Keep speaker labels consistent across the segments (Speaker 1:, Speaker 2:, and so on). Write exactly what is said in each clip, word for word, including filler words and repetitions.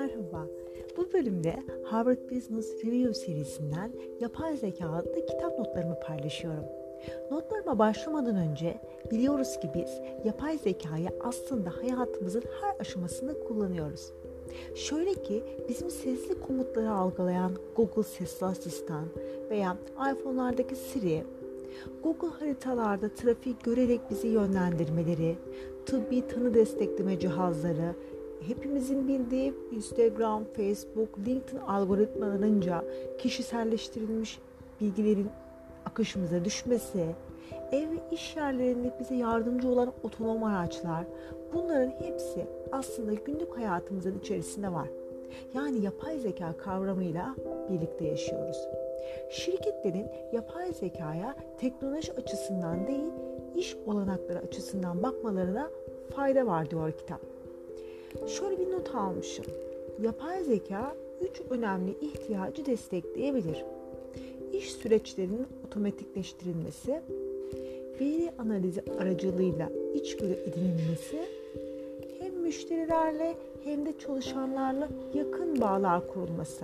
Speaker 1: Merhaba, bu bölümde Harvard Business Review serisinden yapay zeka adlı kitap notlarımı paylaşıyorum. Notlarıma başlamadan önce biliyoruz ki biz yapay zekayı aslında hayatımızın her aşamasında kullanıyoruz. Şöyle ki bizim sesli komutları algılayan Google Sesli Asistan veya iPhone'lardaki Siri, Google haritalarda trafiği görerek bizi yönlendirmeleri, tıbbi tanı destekleme cihazları, hepimizin bildiği Instagram, Facebook, LinkedIn algoritmalarınca kişiselleştirilmiş bilgilerin akışımıza düşmesi, ev ve iş yerlerinde bize yardımcı olan otonom araçlar, bunların hepsi aslında günlük hayatımızın içerisinde var. Yani yapay zeka kavramıyla birlikte yaşıyoruz. Şirketlerin yapay zekaya teknoloji açısından değil, iş olanakları açısından bakmalarına fayda var diyor kitap. Şöyle bir not almışım. Yapay zeka üç önemli ihtiyacı destekleyebilir. İş süreçlerinin otomatikleştirilmesi, veri analizi aracılığıyla içgörü edinilmesi, hem müşterilerle hem de çalışanlarla yakın bağlar kurulması.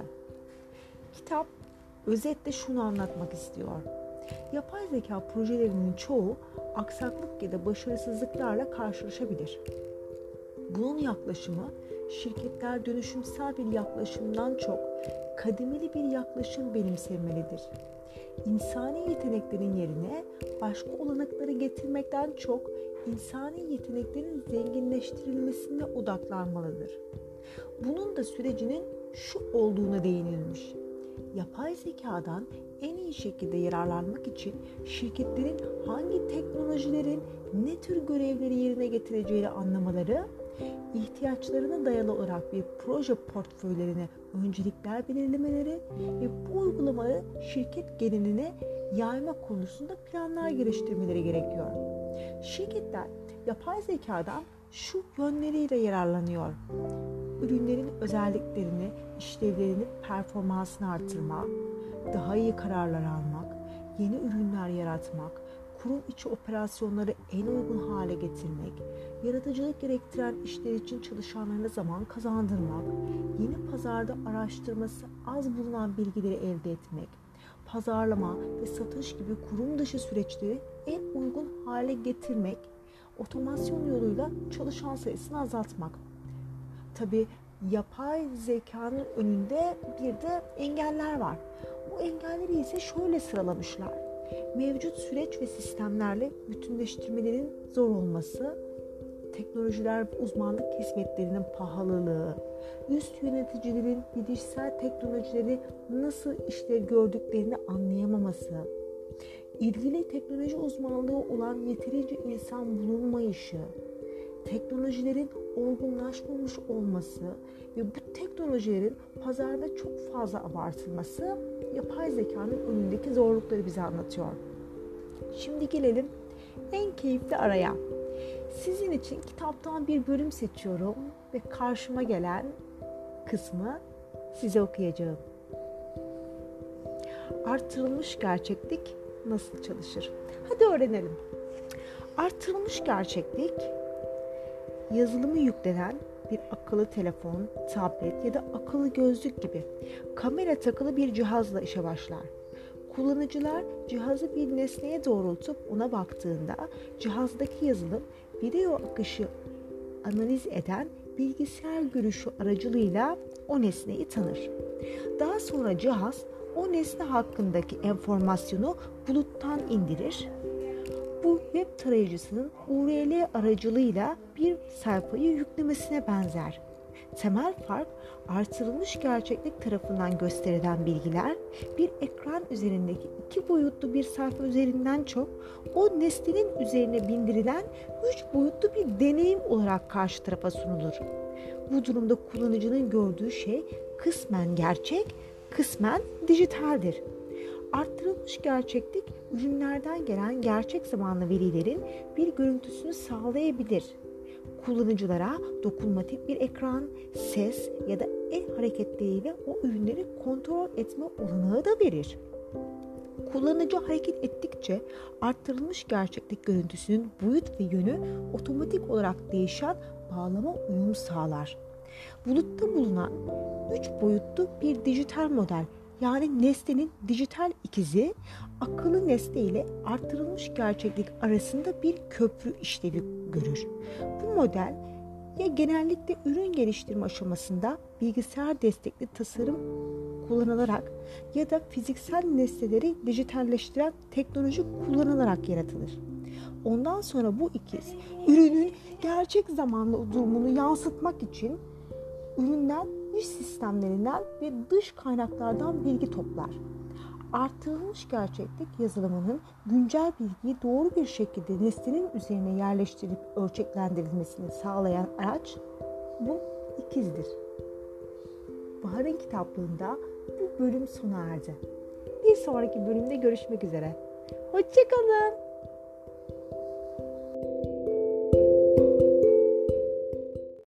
Speaker 1: Kitap özetle şunu anlatmak istiyor. Yapay zeka projelerinin çoğu aksaklık ya da başarısızlıklarla karşılaşabilir. Bunun yaklaşımı şirketler dönüşümsel bir yaklaşımdan çok kademeli bir yaklaşım benimsemelidir. İnsani yeteneklerin yerine başka olanakları getirmekten çok insani yeteneklerin zenginleştirilmesine odaklanmalıdır. Bunun da sürecinin şu olduğuna değinilmiş. Yapay zekadan en iyi şekilde yararlanmak için şirketlerin hangi teknolojilerin ne tür görevleri yerine getireceğini anlamaları, ihtiyaçlarına dayalı olarak bir proje portföylerine öncelikler belirlemeleri ve bu uygulamaları şirket geneline yayma konusunda planlar geliştirmeleri gerekiyor. Şirketler yapay zekadan şu yönleriyle yararlanıyor. Ürünlerin özelliklerini, işlevlerini, performansını artırmak, daha iyi kararlar almak, yeni ürünler yaratmak, kurum içi operasyonları en uygun hale getirmek, yaratıcılık gerektiren işler için çalışanlarına zaman kazandırmak, yeni pazarda araştırması az bulunan bilgileri elde etmek, pazarlama ve satış gibi kurum dışı süreçleri en uygun hale getirmek, otomasyon yoluyla çalışan sayısını azaltmak. Tabii yapay zekanın önünde bir de engeller var. Bu engelleri ise şöyle sıralamışlar. Mevcut süreç ve sistemlerle bütünleştirmelerin zor olması, teknolojiler ve uzmanlık hizmetlerinin pahalılığı, üst yöneticilerin bilişsel teknolojileri nasıl işlev gördüklerini anlayamaması, ilgili teknoloji uzmanlığı olan yeterince insan bulunmayışı, teknolojilerin olgunlaşmamış olması ve bu teknolojilerin pazarda çok fazla abartılması yapay zekanın önündeki zorlukları bize anlatıyor. Şimdi gelelim en keyifli araya. Sizin için kitaptan bir bölüm seçiyorum ve karşıma gelen kısmı size okuyacağım. Artırılmış gerçeklik nasıl çalışır? Hadi öğrenelim. Artırılmış gerçeklik, yazılımı yüklenen bir akıllı telefon, tablet ya da akıllı gözlük gibi kamera takılı bir cihazla işe başlar. Kullanıcılar cihazı bir nesneye doğrultup ona baktığında cihazdaki yazılım video akışı analiz eden bilgisayar görüşü aracılığıyla o nesneyi tanır. Daha sonra cihaz o nesne hakkındaki enformasyonu buluttan indirir. Bu web tarayıcısının U R L aracılığıyla bir sayfayı yüklemesine benzer. Temel fark, artırılmış gerçeklik tarafından gösterilen bilgiler bir ekran üzerindeki iki boyutlu bir sayfa üzerinden çok o nesnenin üzerine bindirilen üç boyutlu bir deneyim olarak karşı tarafa sunulur. Bu durumda kullanıcının gördüğü şey kısmen gerçek, kısmen dijitaldir. Arttırılmış gerçeklik, ürünlerden gelen gerçek zamanlı verilerin bir görüntüsünü sağlayabilir. Kullanıcılara dokunmatik bir ekran, ses ya da el hareketleriyle o ürünleri kontrol etme olanağı da verir. Kullanıcı hareket ettikçe arttırılmış gerçeklik görüntüsünün boyut ve yönü otomatik olarak değişen bağlama uyum sağlar. Bulutta bulunan üç boyutlu bir dijital model, yani nesnenin dijital ikizi, akıllı nesne ile artırılmış gerçeklik arasında bir köprü işlevi görür. Bu model ya genellikle ürün geliştirme aşamasında bilgisayar destekli tasarım kullanılarak ya da fiziksel nesneleri dijitalleştiren teknoloji kullanılarak yaratılır. Ondan sonra bu ikiz ürünün gerçek zamanlı durumunu yansıtmak için üründen, iş sistemlerinden ve dış kaynaklardan bilgi toplar. Artırılmış gerçeklik yazılımının güncel bilgiyi doğru bir şekilde nesnenin üzerine yerleştirilip ölçeklendirilmesini sağlayan araç bu ikizdir. Bahar'ın kitaplığında bu bölüm sona erdi. Bir sonraki bölümde görüşmek üzere. Hoşça kalın.